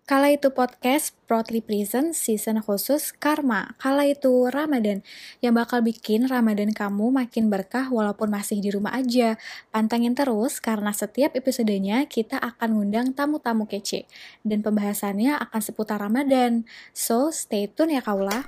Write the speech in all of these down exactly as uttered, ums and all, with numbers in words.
Kala itu podcast proudly present season khusus Karma. Kala itu Ramadan yang bakal bikin Ramadan kamu makin berkah walaupun masih di rumah aja. Pantengin terus karena setiap episodenya kita akan ngundang tamu-tamu kece dan pembahasannya akan seputar Ramadan. So stay tune ya kaulah.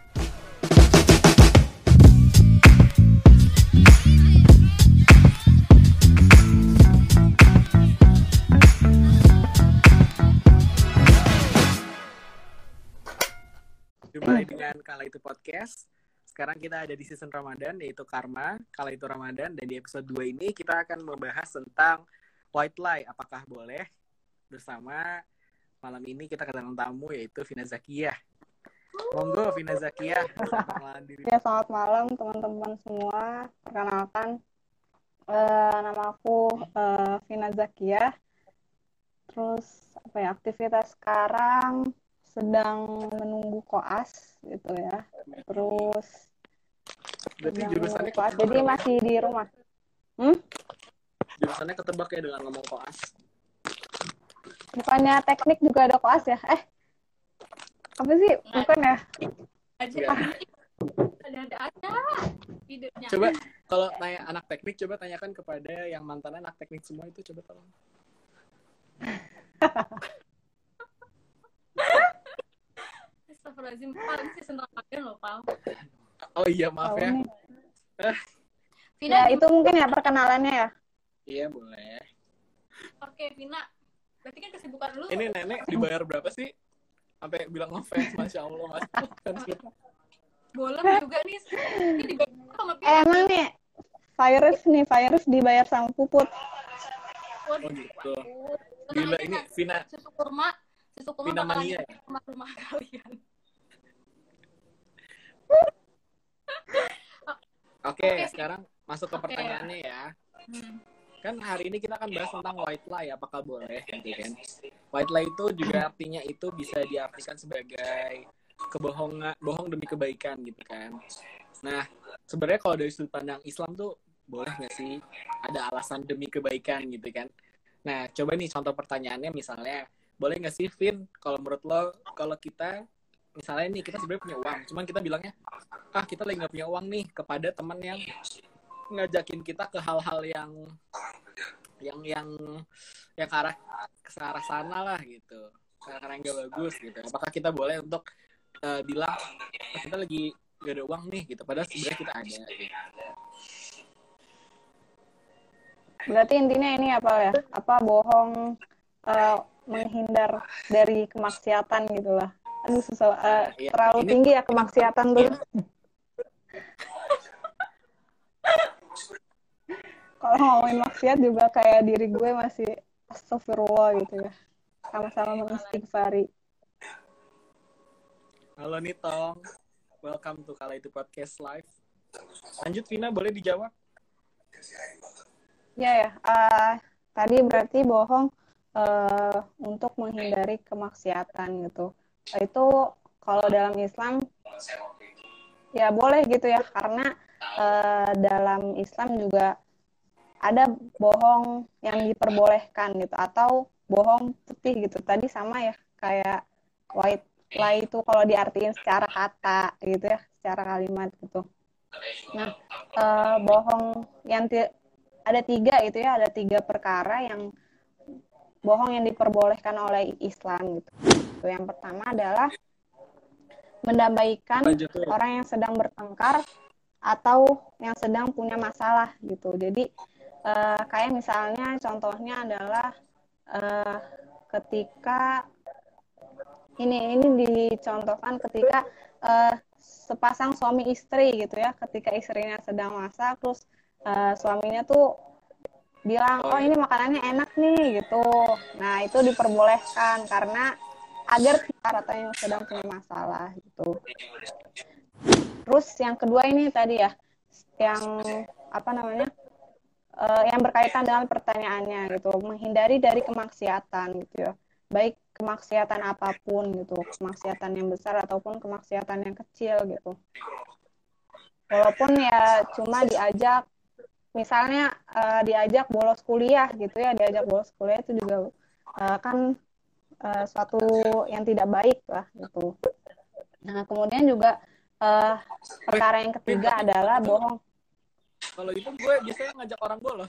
Kembali dengan Kala Itu Podcast. Sekarang kita ada di season Ramadan, yaitu Karma, Kala Itu Ramadan. Dan di episode dua ini kita akan membahas tentang white lie, apakah boleh. Bersama malam ini kita kedatangan tamu, yaitu Vina Zakiyah. Monggo Vina Zakiyah. Ya, selamat malam teman-teman semua. Perkenalkan, uh, nama aku uh, Vina Zakiyah. Terus apa ya, aktivitas sekarang sedang menunggu koas gitu ya. Terus Berarti sedang jurusannya menunggu koas, ketebak jadi ya? masih di rumah. Hmm? Jurusannya ketebak ya dengan ngomong koas. Bukannya teknik juga ada koas ya? Eh, apa sih? Bukan ya? aja Enggak. ada-ada aja idenya. Coba kalau tanya anak teknik, coba tanyakan kepada yang mantan anak teknik semua itu, coba tolong. Astagfirullahaladzim, paling season Ramadan loh, Pal. Oh iya, maaf Tahu ya. nih. Vina, Ya, di- itu mungkin ya perkenalannya ya. Iya, boleh. oke, Vina. Berarti kan kesibukan lu. Ini nenek dibayar berapa sih? Sampai bilang ngefans, Masya Allah. Mas. Fans kita. Boleh juga nih. Ini dibayar sama Eh, Vina. emang nih, virus nih, virus dibayar sama Puput. Oh gitu. Tenang Gila, aja, ini nanti Vina. susu kurma, susu kurma Vina bakalan mania di rumah-rumah kalian. Oke, Oke, sekarang masuk ke Oke. pertanyaannya ya. Hmm. Kan hari ini kita akan bahas tentang white lie, apakah boleh gitu kan. White lie itu juga artinya itu bisa diartikan sebagai kebohongan, bohong demi kebaikan gitu kan. Nah, sebenarnya kalau dari sudut pandang Islam tuh boleh nggak sih ada alasan demi kebaikan gitu kan. Nah, coba nih contoh pertanyaannya misalnya, boleh nggak sih Vin, kalau menurut lo, kalau kita misalnya nih kita sebenarnya punya uang, cuman kita bilangnya, ah kita lagi nggak punya uang nih, kepada teman yang ngajakin kita ke hal-hal yang yang yang yang ke arah ke arah sana lah gitu, ke arah yang gak bagus gitu. Apakah kita boleh untuk uh, bilang oh, kita lagi gak ada uang nih gitu, padahal sebenarnya kita ada gitu. Berarti intinya ini apa ya? Apa bohong, eh, menghindar dari kemaksiatan gitu lah. Aduh susah, eh, Iya, terlalu ini- tinggi ya kemaksiatan tuh. Kalau ngomongin maksiat juga kayak diri gue masih astagfirullah gitu ya. Sama-sama mengistighfari. Halo nih Tong, welcome to Kala Itu Podcast Live. Lanjut Vina, boleh dijawab? Ya ya, eh, tadi berarti bohong eh, untuk menghindari kemaksiatan gitu. Itu kalau dalam Islam ya boleh gitu ya, karena eh, dalam Islam juga ada bohong yang diperbolehkan gitu, atau bohong putih gitu. Tadi sama ya, kayak white lie itu kalau diartiin secara kata gitu ya, secara kalimat gitu. Nah, eh, bohong yang ti- ada tiga itu ya, ada tiga perkara yang bohong yang diperbolehkan oleh Islam gitu. Yang pertama adalah mendamaikan Lanjut tuh. orang yang sedang bertengkar atau yang sedang punya masalah gitu. Jadi eh, kayak misalnya contohnya adalah eh, ketika ini ini dicontohkan ketika eh, sepasang suami istri gitu ya, ketika istrinya sedang masak terus uh, suaminya tuh bilang, oh ini makanannya enak nih gitu. Nah itu diperbolehkan karena agar tidak atau yang sedang punya masalah gitu. Terus yang kedua ini tadi ya, yang apa namanya, uh, yang berkaitan dengan pertanyaannya gitu, menghindari dari kemaksiatan gitu ya, baik kemaksiatan apapun gitu, kemaksiatan yang besar ataupun kemaksiatan yang kecil gitu. Walaupun ya cuma diajak, misalnya uh, diajak bolos kuliah gitu ya, diajak bolos kuliah itu juga uh, kan uh, suatu yang tidak baik lah gitu. Nah, kemudian juga uh, perkara yang ketiga adalah bohong. Kalau itu gue biasanya ngajak orang bolos.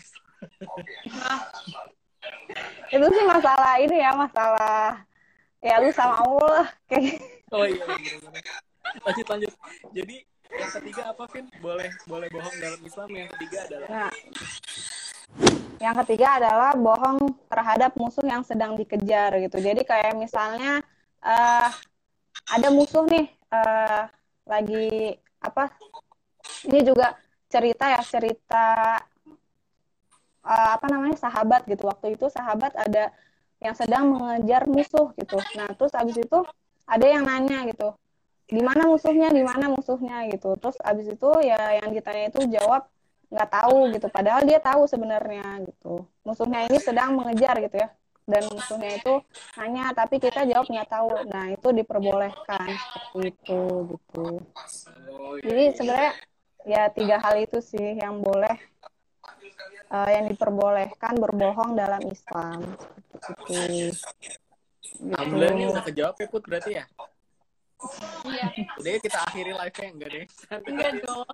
Itu sih masalah ini ya, masalah ya lu sama Allah kayak. Oh iya, bener-bener. Lanjut lanjut. Jadi yang ketiga apa, Vin? Boleh boleh bohong dalam Islam. Yang ketiga adalah. Nah, yang ketiga adalah bohong terhadap musuh yang sedang dikejar gitu. Jadi kayak misalnya uh, ada musuh nih uh, lagi apa? Ini juga cerita ya cerita uh, apa namanya sahabat gitu. Waktu itu sahabat ada yang sedang mengejar musuh gitu. Nah terus abis itu ada yang nanya gitu, di mana musuhnya, di mana musuhnya gitu. Terus abis itu ya yang ditanya itu jawab nggak tahu gitu. Padahal dia tahu sebenarnya gitu. Musuhnya ini sedang mengejar gitu ya. Dan musuhnya itu nanya tapi kita jawab nggak tahu. Nah itu diperbolehkan seperti itu gitu. Jadi sebenarnya ya tiga hal itu sih yang boleh uh, yang diperbolehkan berbohong dalam Islam seperti itu. Gitu. Alhamdulillah ini udah kejawab ya Put berarti ya. Iya. Udah ya kita akhiri live-nya enggak deh. Enggak dong.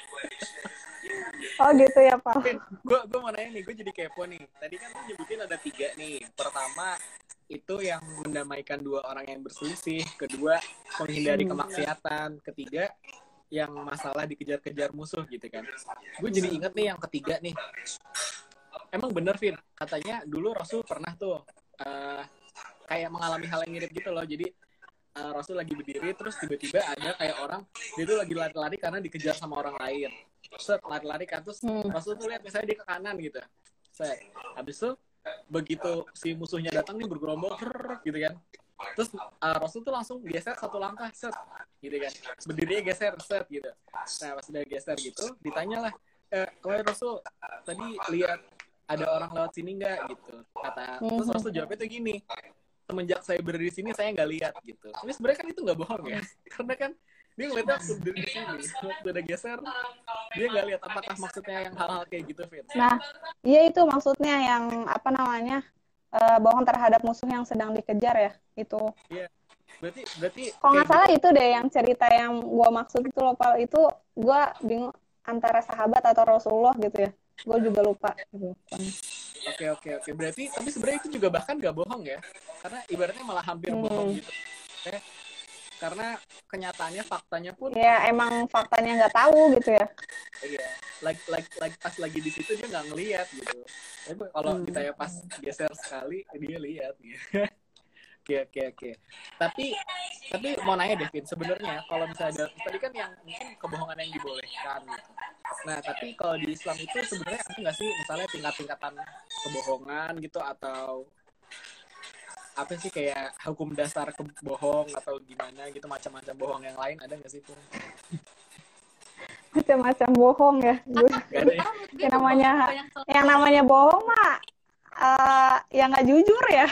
Oh gitu ya Pak. Gue gue mau nanya nih, gue jadi kepo nih. Tadi kan lu nyebutin ada tiga nih. Pertama itu yang mendamaikan dua orang yang berselisih. Kedua menghindari kemaksiatan. Ketiga yang masalah dikejar-kejar musuh gitu kan. Gue jadi inget nih yang ketiga nih. Emang bener Vin, katanya dulu Rasul pernah tuh uh, kayak mengalami hal yang mirip gitu loh. Jadi uh, Rasul lagi berdiri terus tiba-tiba ada kayak orang dia tuh lagi lari-lari karena dikejar sama orang lain. Set lari-lari kan terus hmm. Rasul tuh lihat misalnya dia ke kanan gitu. Set habis itu begitu si musuhnya datang nih bergerombol gitu kan. Terus uh, Rasul tuh langsung geser satu langkah set gitu kan. Berdirinya geser set gitu. Nah pas udah geser gitu ditanyalah, eh wahai Rasul tadi lihat ada orang lewat sini nggak gitu kata. Terus Rasul jawabnya tuh gini, semenjak saya berdiri di sini saya nggak lihat gitu. Tapi sebenarnya kan itu nggak bohong ya, karena kan dia ngeliatnya waktu berdiri di sini, waktu udah geser dia nggak lihat. Apakah maksudnya yang hal-hal kayak gitu, Fit? Nah, iya itu maksudnya yang apa namanya uh, bohong terhadap musuh yang sedang dikejar ya itu. Iya. Berarti berarti. Kalau nggak salah gitu. itu deh yang cerita yang gua maksud itu loh, Pal. Itu gua bingung antara sahabat atau Rasulullah gitu ya. Gue juga lupa gitu. Oke oke oke. Berarti tapi sebenarnya itu juga bahkan nggak bohong ya, karena ibaratnya malah hampir hmm. bohong gitu. Eh, karena kenyataannya faktanya pun. Ya emang faktanya nggak tahu gitu ya. Iya. Like like like pas lagi di situ dia nggak ngelihat gitu. Tapi kalau hmm. ditanya pas geser sekali dia lihat gitu. Oke oke oke. Tapi tapi mau nanya Devin, sebenarnya kalau misalnya ada, tadi kan yang mungkin kebohongan yang dibolehkan gitu. Nah tapi kalau di Islam itu sebenarnya ada nggak sih misalnya tingkat-tingkatan kebohongan gitu, atau apa sih kayak hukum dasar kebohong atau gimana gitu, macam-macam bohong yang lain ada nggak sih tuh? Macam-macam bohong ya. Gak ada ya? Yang namanya yang namanya bohong mah uh, yang nggak jujur ya.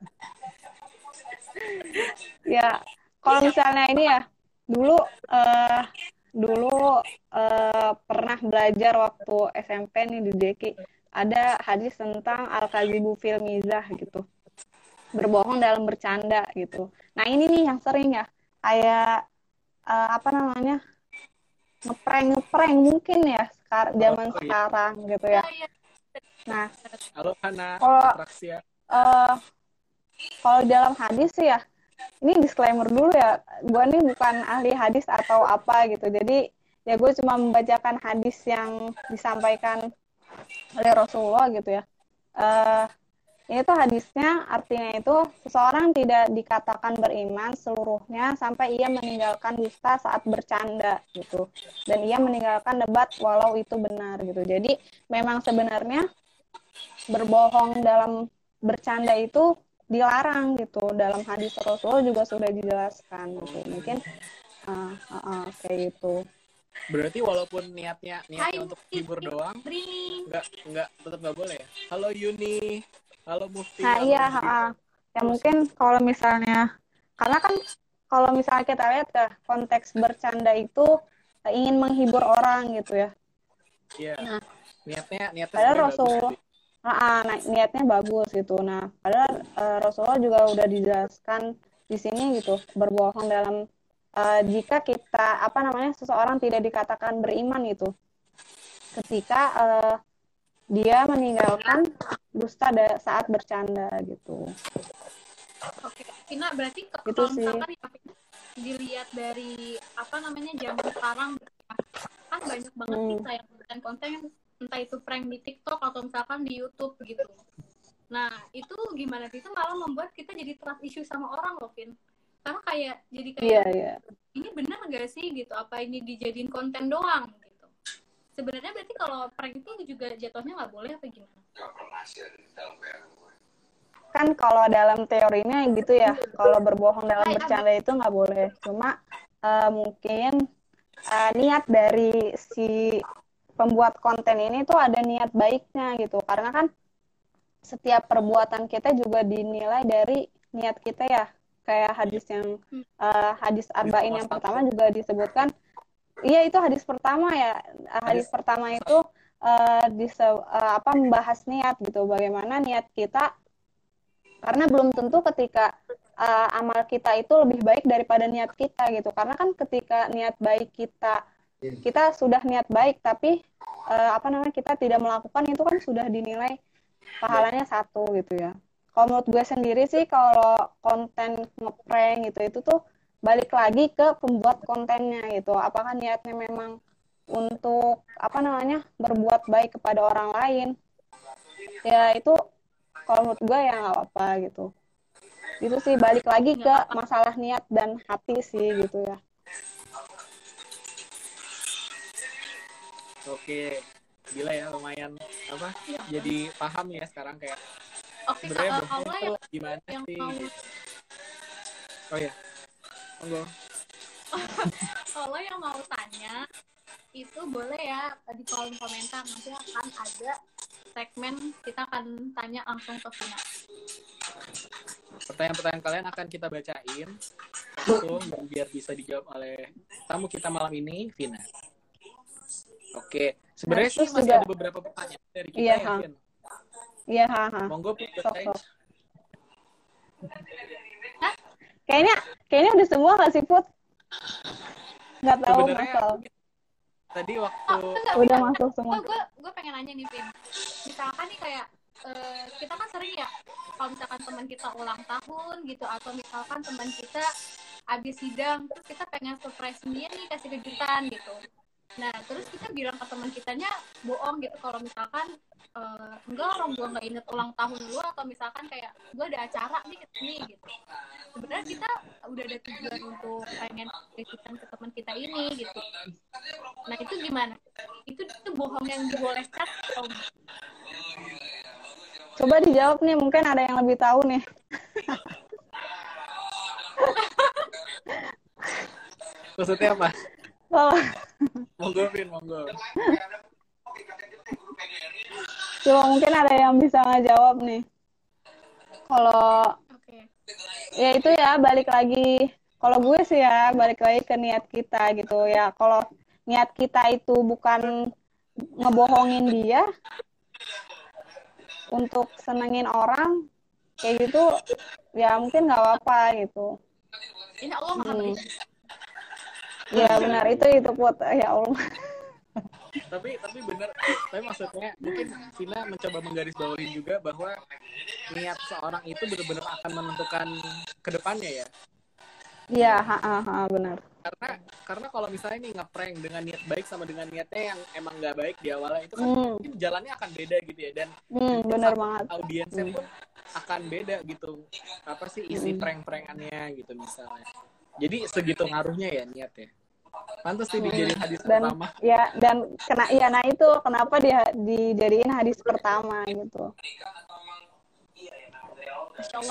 Ya, kalau misalnya ini ya, dulu uh, dulu uh, pernah belajar waktu S M P nih di D K I, ada hadis tentang al-kadzibu fil mizah gitu, berbohong dalam bercanda gitu. Nah ini nih yang sering ya, kayak uh, apa namanya ngeprank ngeprank mungkin ya sekarang zaman oh, oh, iya. sekarang gitu ya. Nah, halo Hana, kalau uh, kalau dalam hadis sih ya, ini disclaimer dulu ya, gue nih bukan ahli hadis atau apa gitu, jadi ya gue cuma membacakan hadis yang disampaikan oleh Rasulullah gitu ya. Uh, ini tuh hadisnya artinya itu seseorang tidak dikatakan beriman seluruhnya sampai ia meninggalkan dusta saat bercanda gitu, dan ia meninggalkan debat walau itu benar gitu. Jadi memang sebenarnya berbohong dalam bercanda itu dilarang gitu, dalam hadis Rasul juga sudah dijelaskan gitu. Mungkin uh, uh, uh, kayak gitu. Berarti walaupun niatnya niatnya untuk hibur doang, nggak nggak tetap nggak boleh ya? Halo Yuni, halo Mufti. Nah iya, uh, ya mungkin kalau misalnya, karena kan kalau misalnya kita lihat ya konteks bercanda itu uh, ingin menghibur orang gitu ya. Iya. Nah, niatnya niatnya padahal Rasul ah, nah, niatnya bagus gitu. Nah, padahal uh, Rasulullah juga udah dijelaskan di sini gitu, berbohong dalam uh, jika kita apa namanya seseorang tidak dikatakan beriman gitu, ketika uh, dia meninggalkan dusta da- saat bercanda gitu. Oke, Vina, berarti ke- Itu kalau sih. misalkan ya Vina, dilihat dari apa namanya zaman sekarang kan banyak banget nih Hmm. kayak konten-konten yang entah itu prank di TikTok atau misalkan di YouTube begitu. Nah, itu gimana sih? Itu malah membuat kita jadi trust issue sama orang loh, Vin. Karena kayak jadi kayak Iya, iya. ini benar nggak sih gitu? Apa ini dijadiin konten doang gitu? Sebenarnya berarti kalau prank itu juga jatuhnya nggak boleh apa gimana? Kan kalau dalam teorinya gitu ya, kalau berbohong dalam bercanda itu nggak boleh. Cuma uh, mungkin uh, niat dari si pembuat konten ini tuh ada niat baiknya gitu. Karena kan setiap perbuatan kita juga dinilai dari niat kita ya. Kayak hadis yang uh, hadis arba'in yang pertama juga disebutkan. Iya, itu hadis pertama ya. Hadis, hadis pertama itu uh, dise, uh, apa membahas niat gitu. Bagaimana niat kita, karena belum tentu ketika uh, amal kita itu lebih baik daripada niat kita gitu. Karena kan ketika niat baik kita kita sudah niat baik tapi uh, apa namanya kita tidak melakukan, itu kan sudah dinilai pahalanya satu gitu ya. Kalau menurut gue sendiri sih kalau konten ngeprank gitu itu tuh balik lagi ke pembuat kontennya gitu. Apakah niatnya memang untuk apa namanya berbuat baik kepada orang lain? Ya itu kalau menurut gue ya nggak apa-apa gitu. Itu sih balik lagi ke masalah niat dan hati sih gitu ya. Oke, gila ya, lumayan apa? Ya. Jadi paham ya sekarang kayak Oke, sebenarnya uh, bohong Allah tuh yang, gimana yang sih? mau... Oh ya, monggo. Kalau yang mau tanya itu boleh ya di kolom komentar, nanti akan ada segmen kita akan tanya langsung ke Vina. Pertanyaan-pertanyaan kalian akan kita bacain langsung biar bisa dijawab oleh tamu kita malam ini, Vina. Oke, sebenarnya sih masih juga ada beberapa pertanyaan dari kita iya, ya, Vin. Iya, ha. Monggo bacain. Kayaknya kayaknya udah semua nggak sih, Put? Nggak tahu masal. Tadi waktu oh, enggak, udah enggak, masuk semua. Oh, gue gue pengen nanya nih, Vin. Misalkan nih kayak uh, kita kan sering ya kalau misalkan teman kita ulang tahun gitu, atau misalkan teman kita habis sidang terus kita pengen surprise dia nih, kasih kejutan gitu. Nah, terus kita bilang ke teman kitanya bohong gitu kalau misalkan uh, enggak, orang gue nggak inget ulang tahun lu, atau misalkan kayak gue ada acara nih nih gitu. Sebenarnya kita udah ada tujuan untuk pengen kejutan ke teman kita ini gitu. Nah, itu gimana? Itu itu bohong yang dibolehkan atau enggak? Coba dijawab nih, mungkin ada yang lebih tahu nih. Maksudnya apa? Oh. Monggo, Vin, monggo. Coba mungkin ada yang bisa ngejawab nih. Kalau okay. Ya itu ya balik lagi. Kalau gue sih ya balik lagi ke niat kita gitu ya. Kalau niat kita itu bukan ngebohongin dia untuk senengin orang kayak gitu, ya mungkin nggak apa-apa gitu. Ini Allah maha baik. Ya benar, itu itu Put, ya Allah. tapi tapi benar, tapi maksudnya mungkin Vina mencoba menggarisbawahi juga bahwa niat seorang itu benar-benar akan menentukan kedepannya ya. Iya, benar. Karena karena kalau misalnya nih ngeprank dengan niat baik sama dengan niatnya yang emang nggak baik di awalnya, itu kan hmm. mungkin jalannya akan beda gitu ya, dan hmm, benar banget. Audiensnya hmm. pun akan beda gitu. Apa sih isi hmm. prank-prankannya gitu misalnya. Jadi segitu ngaruhnya ya niatnya. Pantas sih dijadiin hadis dan, pertama. Ya, dan kena ya nah itu kenapa dia dijadiin hadis pertama gitu. Masya Allah.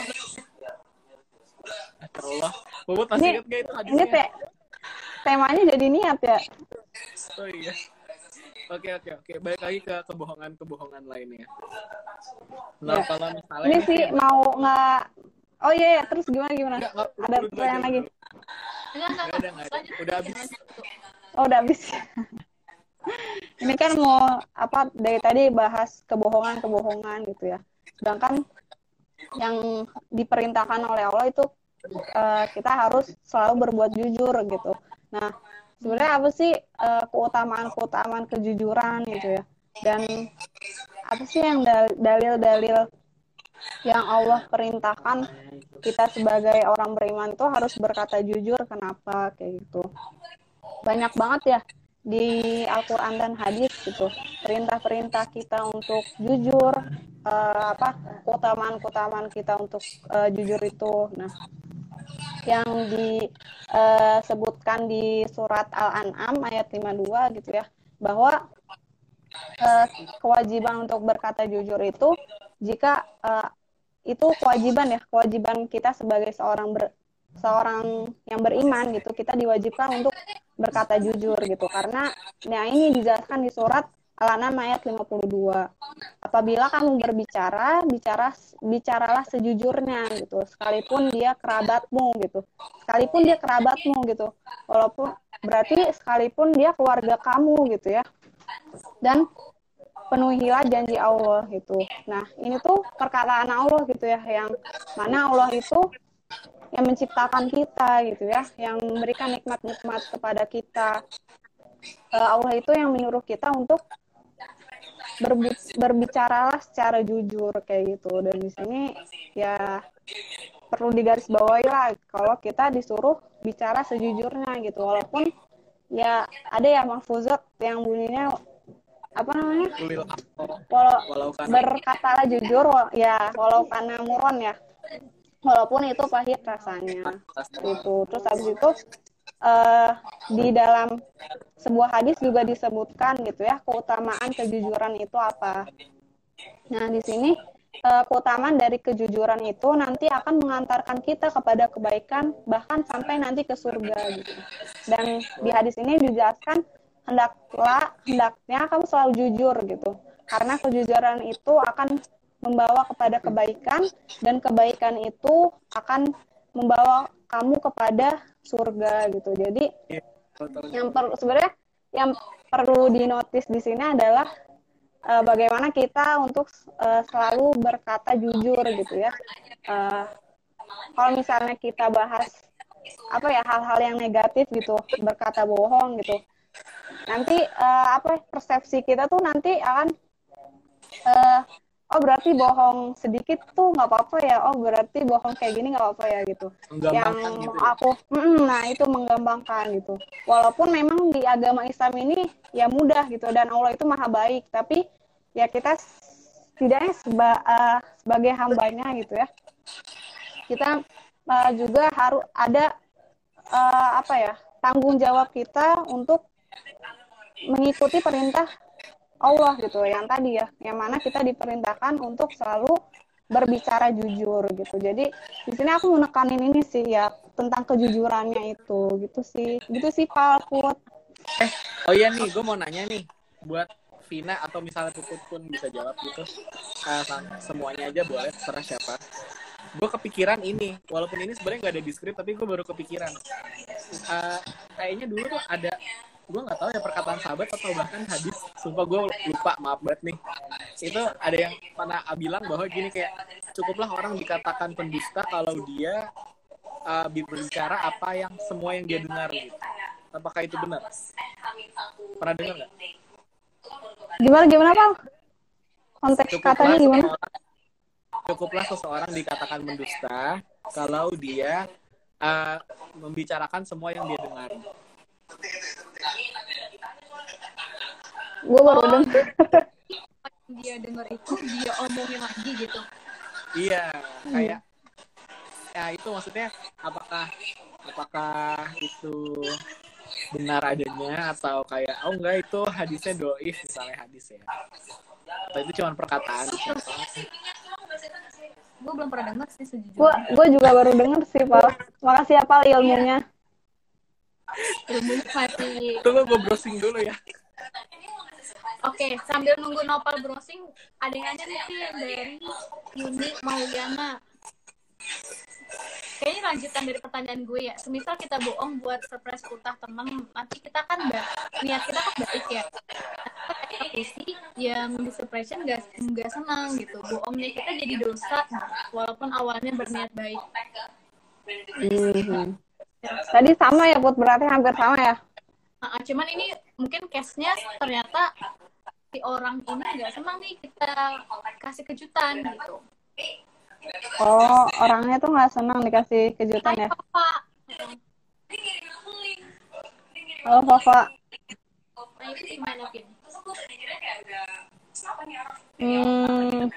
Masya Allah. Bobot masih ingat gak itu hadisnya? Ini te temanya jadi niat ya. Oh iya. Oke oke oke. Balik lagi ke kebohongan-kebohongan lainnya. Nah, ya. Kalau misalnya ini sih ya, mau nggak? Oh iya ya. Terus gimana gimana? Enggak, enggak, ada pertanyaan lagi? Enggak, enggak, enggak, enggak, enggak. Udah habis. Oh, udah habis. Ini Ini kan mau apa dari tadi bahas kebohongan-kebohongan gitu ya. Sedangkan yang diperintahkan oleh Allah itu uh, kita harus selalu berbuat jujur gitu. Nah, sebenarnya apa sih uh, keutamaan-keutamaan kejujuran gitu ya? Dan apa sih yang dalil-dalil yang Allah perintahkan kita sebagai orang beriman tuh harus berkata jujur? Kenapa kayak gitu? Banyak banget ya di Al-Quran dan hadis gitu perintah-perintah kita untuk jujur, uh, apa keutamaan-keutamaan kita untuk uh, jujur itu. Nah, yang disebutkan uh, di surat Al-An'am ayat lima puluh dua gitu ya, bahwa uh, kewajiban untuk berkata jujur itu jika uh, itu kewajiban ya kewajiban kita sebagai seorang ber, seorang yang beriman gitu, kita diwajibkan untuk berkata jujur gitu, karena nah ini dijelaskan di surat Al-An'am ayat lima puluh dua. Apabila kamu berbicara, bicara bicaralah sejujurnya gitu, sekalipun dia kerabatmu gitu. Sekalipun dia kerabatmu gitu. Walaupun berarti sekalipun dia keluarga kamu gitu ya. Dan penuhilah janji Allah gitu. Nah, ini tuh perkataan Allah gitu ya, yang mana Allah itu yang menciptakan kita gitu ya, yang memberikan nikmat-nikmat kepada kita. Uh, Allah itu yang menyuruh kita untuk berbicaralah secara jujur kayak gitu. Dan di sini ya perlu digarisbawahi lah kalau kita disuruh bicara sejujurnya gitu, walaupun ya ada ya mahfuzat yang bunyinya apa namanya, walau berkatalah jujur ya walau karena muron ya, walaupun itu pahit rasanya gitu. Terus habis itu uh, di dalam sebuah hadis juga disebutkan gitu ya keutamaan kejujuran itu apa. Nah, di sini uh, keutamaan dari kejujuran itu nanti akan mengantarkan kita kepada kebaikan, bahkan sampai nanti ke surga gitu. Dan di hadis ini dijelaskan hendaklah hendaknya kamu selalu jujur gitu, karena kejujuran itu akan membawa kepada kebaikan, dan kebaikan itu akan membawa kamu kepada surga gitu. Jadi yang perlu sebenarnya yang perlu dinotis di sini adalah uh, bagaimana kita untuk uh, selalu berkata jujur gitu ya. Uh, kalau misalnya kita bahas apa ya hal-hal yang negatif gitu, berkata bohong gitu, nanti uh, apa persepsi kita tuh nanti akan uh, oh berarti bohong sedikit tuh nggak apa-apa ya, oh berarti bohong kayak gini nggak apa-apa ya gitu. Yang gitu. aku mm, nah itu menggampangkan gitu, walaupun memang di agama Islam ini ya mudah gitu, dan Allah itu maha baik, tapi ya kita setidaknya seba, uh, sebagai hambanya gitu ya, kita uh, juga harus ada uh, apa ya tanggung jawab kita untuk mengikuti perintah Allah gitu, yang tadi ya, yang mana kita diperintahkan untuk selalu berbicara jujur gitu. Jadi di sini aku mau nekanin ini sih ya tentang kejujurannya itu gitu sih, gitu sih Pak Put. Eh, oh iya nih, gue mau nanya nih buat Vina atau misalnya Puput pun bisa jawab gitu. Uh, semuanya aja boleh, terserah siapa. Gue kepikiran ini, walaupun ini sebenarnya nggak ada di skrip, tapi gue baru kepikiran. Uh, kayaknya dulu tuh ada, gue nggak tahu ya perkataan sahabat atau bahkan hadis, sumpah gue lupa, maaf banget nih. Itu ada yang pernah bilang bahwa gini, kayak cukuplah orang dikatakan pendusta kalau dia uh, berbicara apa yang semua yang dia dengar gitu. Apakah itu benar? Pernah dengar nggak? Gimana gimana Pak? Konteks Cukuplah katanya gimana? Seseorang, cukuplah seseorang dikatakan pendusta kalau dia uh, membicarakan semua yang dia dengar. Gue baru denger. Dia dengar itu dia omongin lagi gitu. Iya, kayak ya itu maksudnya apakah apakah itu benar adanya atau kayak oh enggak itu hadisnya doif misalnya hadis ya, atau itu cuma perkataan. Gue belum pernah dengar sih sejujurnya. Gue gue juga baru denger sih Pak. Makasih ya Pak ilmunya. Ilmunya masih. Tunggu gue browsing dulu ya. Oke, sambil nunggu Nopal browsing, ada yang nanya nih dari Yuni Mauliana. Kayaknya lanjutan dari pertanyaan gue ya. Semisal kita bohong buat surprise ultah temen, nanti kita kan niat kita kan baik ya. sisi yang disuppression nggak nggak senang gitu, bohongnya kita jadi dosa walaupun awalnya berniat baik. Mhm. Tadi sama ya Put, berarti hampir sama ya. Nah, cuman ini mungkin case-nya ternyata si orang ini nggak senang nih kita kasih kejutan gitu. Oh, orangnya tuh nggak senang dikasih kejutan ya. Hai Papa. Halo Papa. Nah itu gimana Vin? Hmm,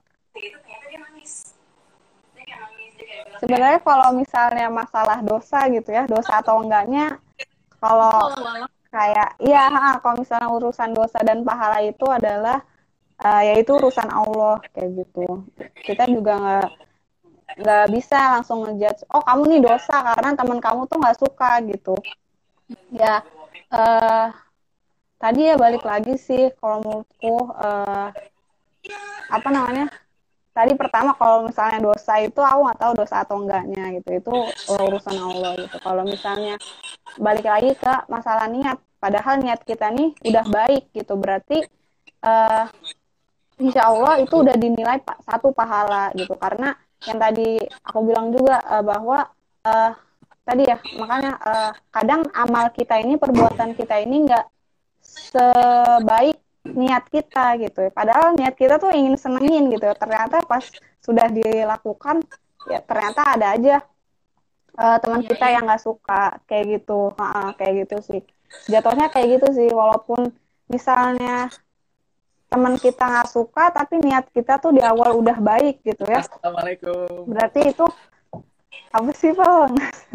sebenarnya kalau misalnya masalah dosa gitu ya, dosa atau enggaknya, kalau Walau kayak iya, ha, kalau misalnya urusan dosa dan pahala itu adalah uh, yaitu urusan Allah kayak gitu. Kita juga nggak nggak bisa langsung ngejudge, oh kamu nih dosa karena teman kamu tuh nggak suka gitu. Ya, uh, tadi ya balik lagi sih kalau menurutku uh, apa namanya? Tadi pertama kalau misalnya dosa itu aku nggak tahu dosa atau enggaknya gitu, itu urusan Allah gitu. Kalau misalnya balik lagi ke masalah niat, padahal niat kita nih udah baik gitu, berarti uh, insya Allah itu udah dinilai satu pahala gitu. Karena yang tadi aku bilang juga uh, bahwa uh, tadi ya makanya uh, kadang amal kita ini, perbuatan kita ini nggak sebaik niat kita gitu. Padahal niat kita tuh ingin senengin gitu. Ternyata pas sudah dilakukan ya ternyata ada aja uh, teman ya, kita ya. yang nggak suka kayak gitu. Ha-ha, kayak gitu sih. Jatuhnya kayak gitu sih. Walaupun misalnya teman kita nggak suka, tapi niat kita tuh di awal udah baik gitu ya. Assalamualaikum. Berarti itu apa sih Pak?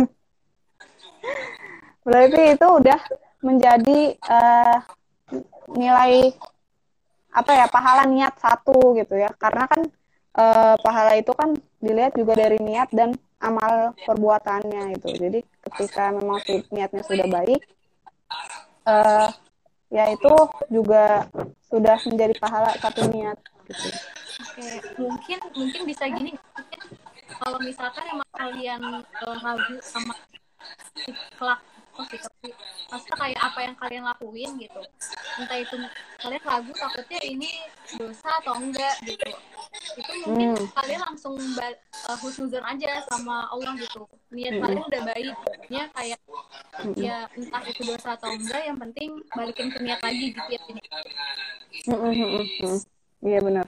Berarti itu udah menjadi uh, nilai apa ya, pahala niat satu gitu ya. Karena kan e, pahala itu kan dilihat juga dari niat dan amal perbuatannya gitu. Jadi ketika memang niatnya sudah baik, e, ya itu juga sudah menjadi pahala satu niat gitu. Oke, mungkin mungkin bisa gini, mungkin kalau misalkan emang kalian uh, ragu sama kelak tapi maksudnya kayak apa yang kalian lakuin gitu, entah itu kalian ragu takutnya ini dosa atau enggak gitu, itu mungkin Hmm. kalian langsung uh, husnuzon aja sama Allah gitu, niat Hmm. kalian udah baik ya, kayak ya entah itu dosa atau enggak, yang penting balikin ke niat lagi gitu ya ini. Hmm, hmm, hmm, hmm. Iya benar.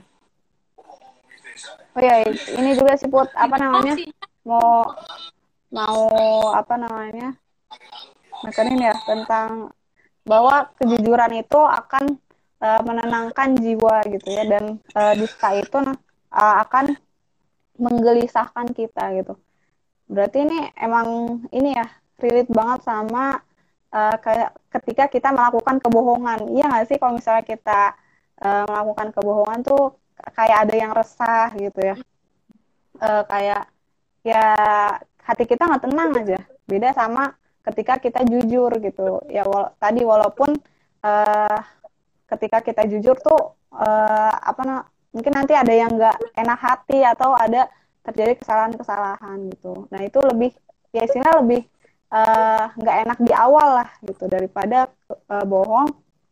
Oh ya, ini juga sih Put, apa namanya, mau mau apa namanya menekan ya tentang bahwa kejujuran itu akan uh, menenangkan jiwa gitu ya, dan uh, dusta itu uh, akan menggelisahkan kita gitu. Berarti ini emang ini ya relate banget sama uh, kayak ketika kita melakukan kebohongan. Iya nggak sih, kalau misalnya kita uh, melakukan kebohongan tuh kayak ada yang resah gitu ya, uh, kayak ya hati kita nggak tenang aja. Beda sama ketika kita jujur gitu ya, wala- tadi walaupun uh, ketika kita jujur tuh uh, apa nah, mungkin nanti ada yang nggak enak hati atau ada terjadi kesalahan-kesalahan gitu. Nah itu lebih ya istilahnya lebih nggak uh, enak di awal lah gitu, daripada uh, bohong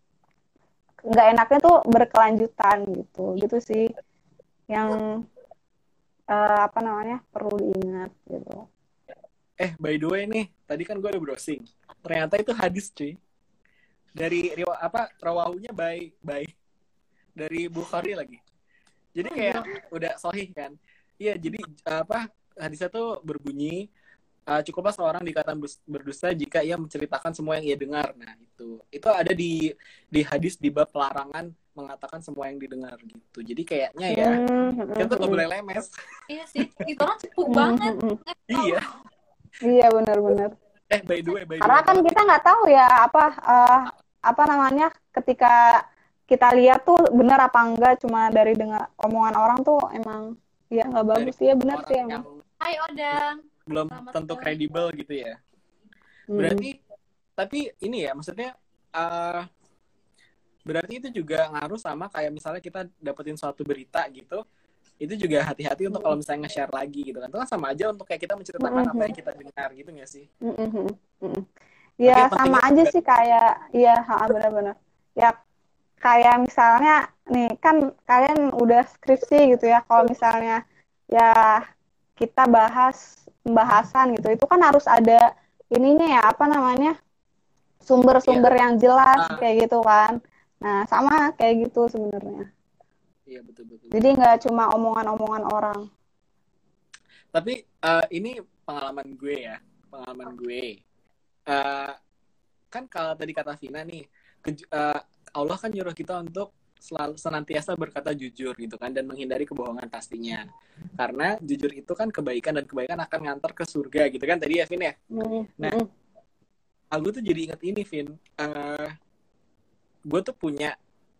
nggak enaknya tuh berkelanjutan gitu. Gitu sih yang uh, apa namanya perlu diingat gitu. Eh, by the way nih, tadi kan gue udah browsing. Ternyata itu hadis, cuy. Dari riwa, apa rawahunya by by dari Bukhari lagi. Jadi kayak udah sahih kan. Iya, jadi apa hadisnya tuh berbunyi uh, cukuplah seorang dikatakan berdusta jika ia menceritakan semua yang ia dengar. Nah, itu. Itu ada di di hadis di bab pelarangan mengatakan semua yang didengar gitu. Jadi kayaknya ya Hmm, kita tuh gak boleh lemes. Iya sih, itu orang cukup banget. Iya. Iya benar-benar. Eh by the way, by the Karena way, kan kita nggak tahu ya apa uh, apa namanya ketika kita lihat tuh benar apa enggak, cuma dari dengar omongan orang tuh emang ya nggak bagus. Iya benar sih emang. Hai Odang. Belum Selamat tentu sekali. kredibel gitu ya. Hmm. Berarti tapi ini ya maksudnya uh, berarti itu juga ngaruh sama kayak misalnya kita dapetin suatu berita gitu. Itu juga hati-hati untuk kalau misalnya nge-share lagi gitu kan. Itu kan sama aja untuk kayak kita menceritakan Mm-hmm. apa yang kita dengar gitu nggak sih? Mm-hmm. Mm-hmm. Ya sama aja sih kayak, iya benar-benar. Ya kayak misalnya nih kan kalian udah skripsi gitu ya, kalau misalnya ya kita bahas pembahasan gitu, itu kan harus ada ininya ya, apa namanya, sumber-sumber Iya. yang jelas Ah, kayak gitu kan. Nah, sama kayak gitu sebenarnya. iya betul betul. Jadi nggak cuma omongan-omongan orang. Tapi eh, ini pengalaman gue ya, pengalaman gue. Eh, kan kalau tadi kata Vina nih, keju- eh, Allah kan nyuruh kita untuk selalu senantiasa berkata jujur gitu kan, dan menghindari kebohongan pastinya. Karena jujur itu kan kebaikan, dan kebaikan akan ngantar ke surga gitu kan tadi ya Vin ya. Hmm, Nah, hmm, aku tuh jadi inget ini Vin. Eh, gue tuh punya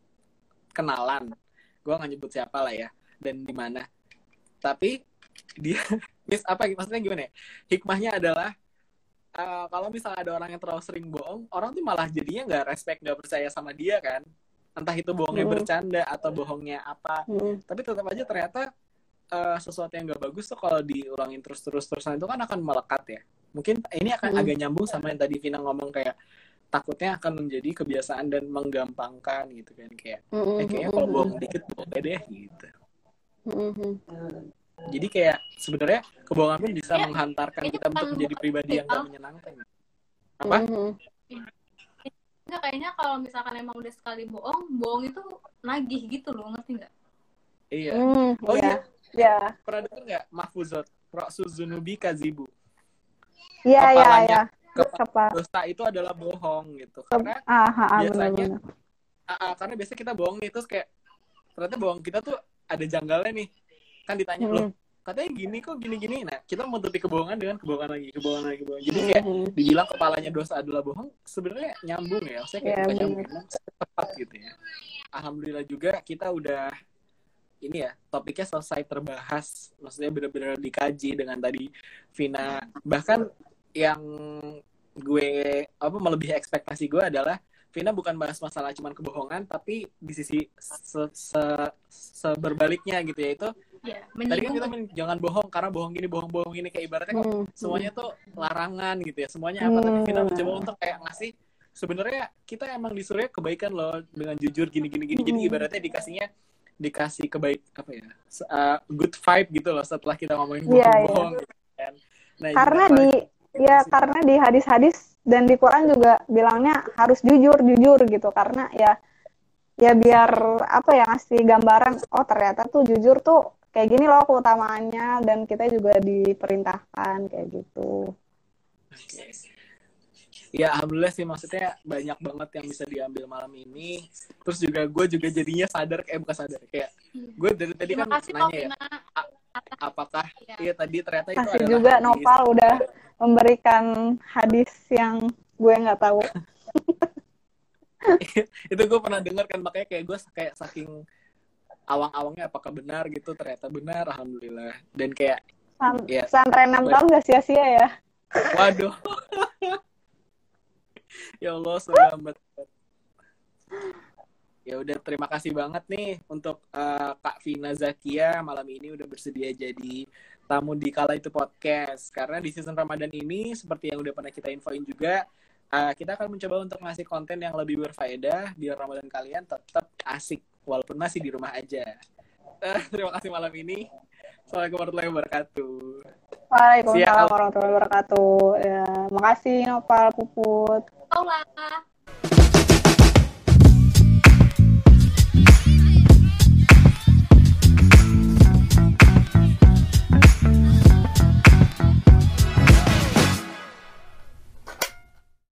kenalan, gue nggak nyebut siapa lah ya, dan di mana. Tapi dia, mis apa maksudnya gimana ya? Hikmahnya adalah eh, kalau misalnya ada orang yang terlalu sering bohong, orang tuh malah jadinya nggak respect, nggak percaya sama dia kan. Entah itu bohongnya hmm, bercanda atau bohongnya apa. hmm, Tapi tetap aja ternyata eh, sesuatu yang nggak bagus tuh kalau diulangin terus-terus-terusan itu kan akan melekat ya. Mungkin ini akan hmm, agak nyambung sama yang tadi Vina ngomong, kayak takutnya akan menjadi kebiasaan dan menggampangkan gitu kan. Kayak, hmm, eh hmm, kayaknya hmm, kalau hmm, bohong dikit boleh deh gitu. hmm, hmm. Jadi kayak sebenarnya kebohongan pun bisa Ya, menghantarkan kayaknya kita untuk bukan menjadi bohong pribadi sih, yang Al. gak menyenangkan. Apa? Hmm, hmm. Enggak, kayaknya kalau misalkan emang udah sekali bohong, bohong itu nagih gitu loh, ngerti nggak? Iya. Hmm, Oh iya, iya, iya, pernah denger nggak Mahfuzot? Ra'su zunubi kazibu. iya, iya, Kepalanya iya. kepala Kepala. dosa itu adalah bohong gitu. Karena Ah, ah, ah, biasanya benar-benar. ah, ah, karena biasanya kita bohong nih, terus kayak ternyata bohong kita tuh ada janggalnya nih. Kan ditanya, loh Hmm, katanya gini kok gini-gini. Nah, kita menutupi kebohongan dengan kebohongan lagi, kebohongan lagi, kebohongan. Jadi hmm, kayak hmm. dibilang kepalanya dosa adalah bohong, sebenarnya nyambung ya. Maksudnya kayak Iya, bukan benar. nyambung, emang tepat gitu ya. Alhamdulillah juga kita udah ini ya, topiknya selesai terbahas, maksudnya benar-benar dikaji dengan tadi Vina. Bahkan yang gue apa melebihi ekspektasi gue adalah Vina bukan bahas masalah cuman kebohongan, tapi di sisi se, se, seberbaliknya gitu ya. Itu Ya, tadi kan menyinggung kita ke men- jangan bohong karena bohong gini bohong bohong ini, kayak ibaratnya kok Hmm, hmm, semuanya tuh larangan gitu ya, semuanya apa. Tapi Vina mencoba hmm, untuk kayak ngasih, sebenarnya kita emang disuruhnya kebaikan loh dengan jujur gini gini gini. Jadi hmm. ibaratnya dikasihnya dikasih kebaik apa ya, se- uh, good vibe gitu loh setelah kita ngomongin Iya, iya. bohong-bohong gitu kan. Nah Karena juga di kalau ya di situ karena di hadis-hadis dan di Quran juga bilangnya harus jujur jujur gitu, karena ya ya biar apa ya, ngasih gambaran, oh ternyata tuh jujur tuh kayak gini loh keutamaannya, dan kita juga diperintahkan kayak gitu. Oke. Ya alhamdulillah sih, maksudnya banyak banget yang bisa diambil malam ini. Terus juga gue juga jadinya sadar, kayak bukan sadar, kayak gue dari tadi Terima kan kasih nanya ya, Vina. a- apakah Ya. iya tadi ternyata itu Kasih adalah juga hadis. Nopal udah memberikan hadis yang gue nggak tahu. Itu gue pernah dengar kan, makanya kayak gue kayak saking awang-awangnya apakah benar gitu, ternyata benar alhamdulillah. Dan kayak San- ya Pesantren enam tahun gak sia-sia ya. waduh. Ya Allah, selamat. Ya udah, terima kasih banget nih untuk uh, Kak Vina Zakia malam ini udah bersedia jadi tamu di Kala Itu Podcast. Karena di season Ramadan ini, seperti yang udah pernah kita infoin juga, uh, kita akan mencoba untuk ngasih konten yang lebih berfaedah biar Ramadan kalian tetap asik walaupun masih di rumah aja. Uh, terima kasih malam ini. Assalamualaikum warahmatullahi wabarakatuh. Waalaikumsalam Siap. warahmatullahi wabarakatuh. Ya, makasih Nopal, Puput. Paula.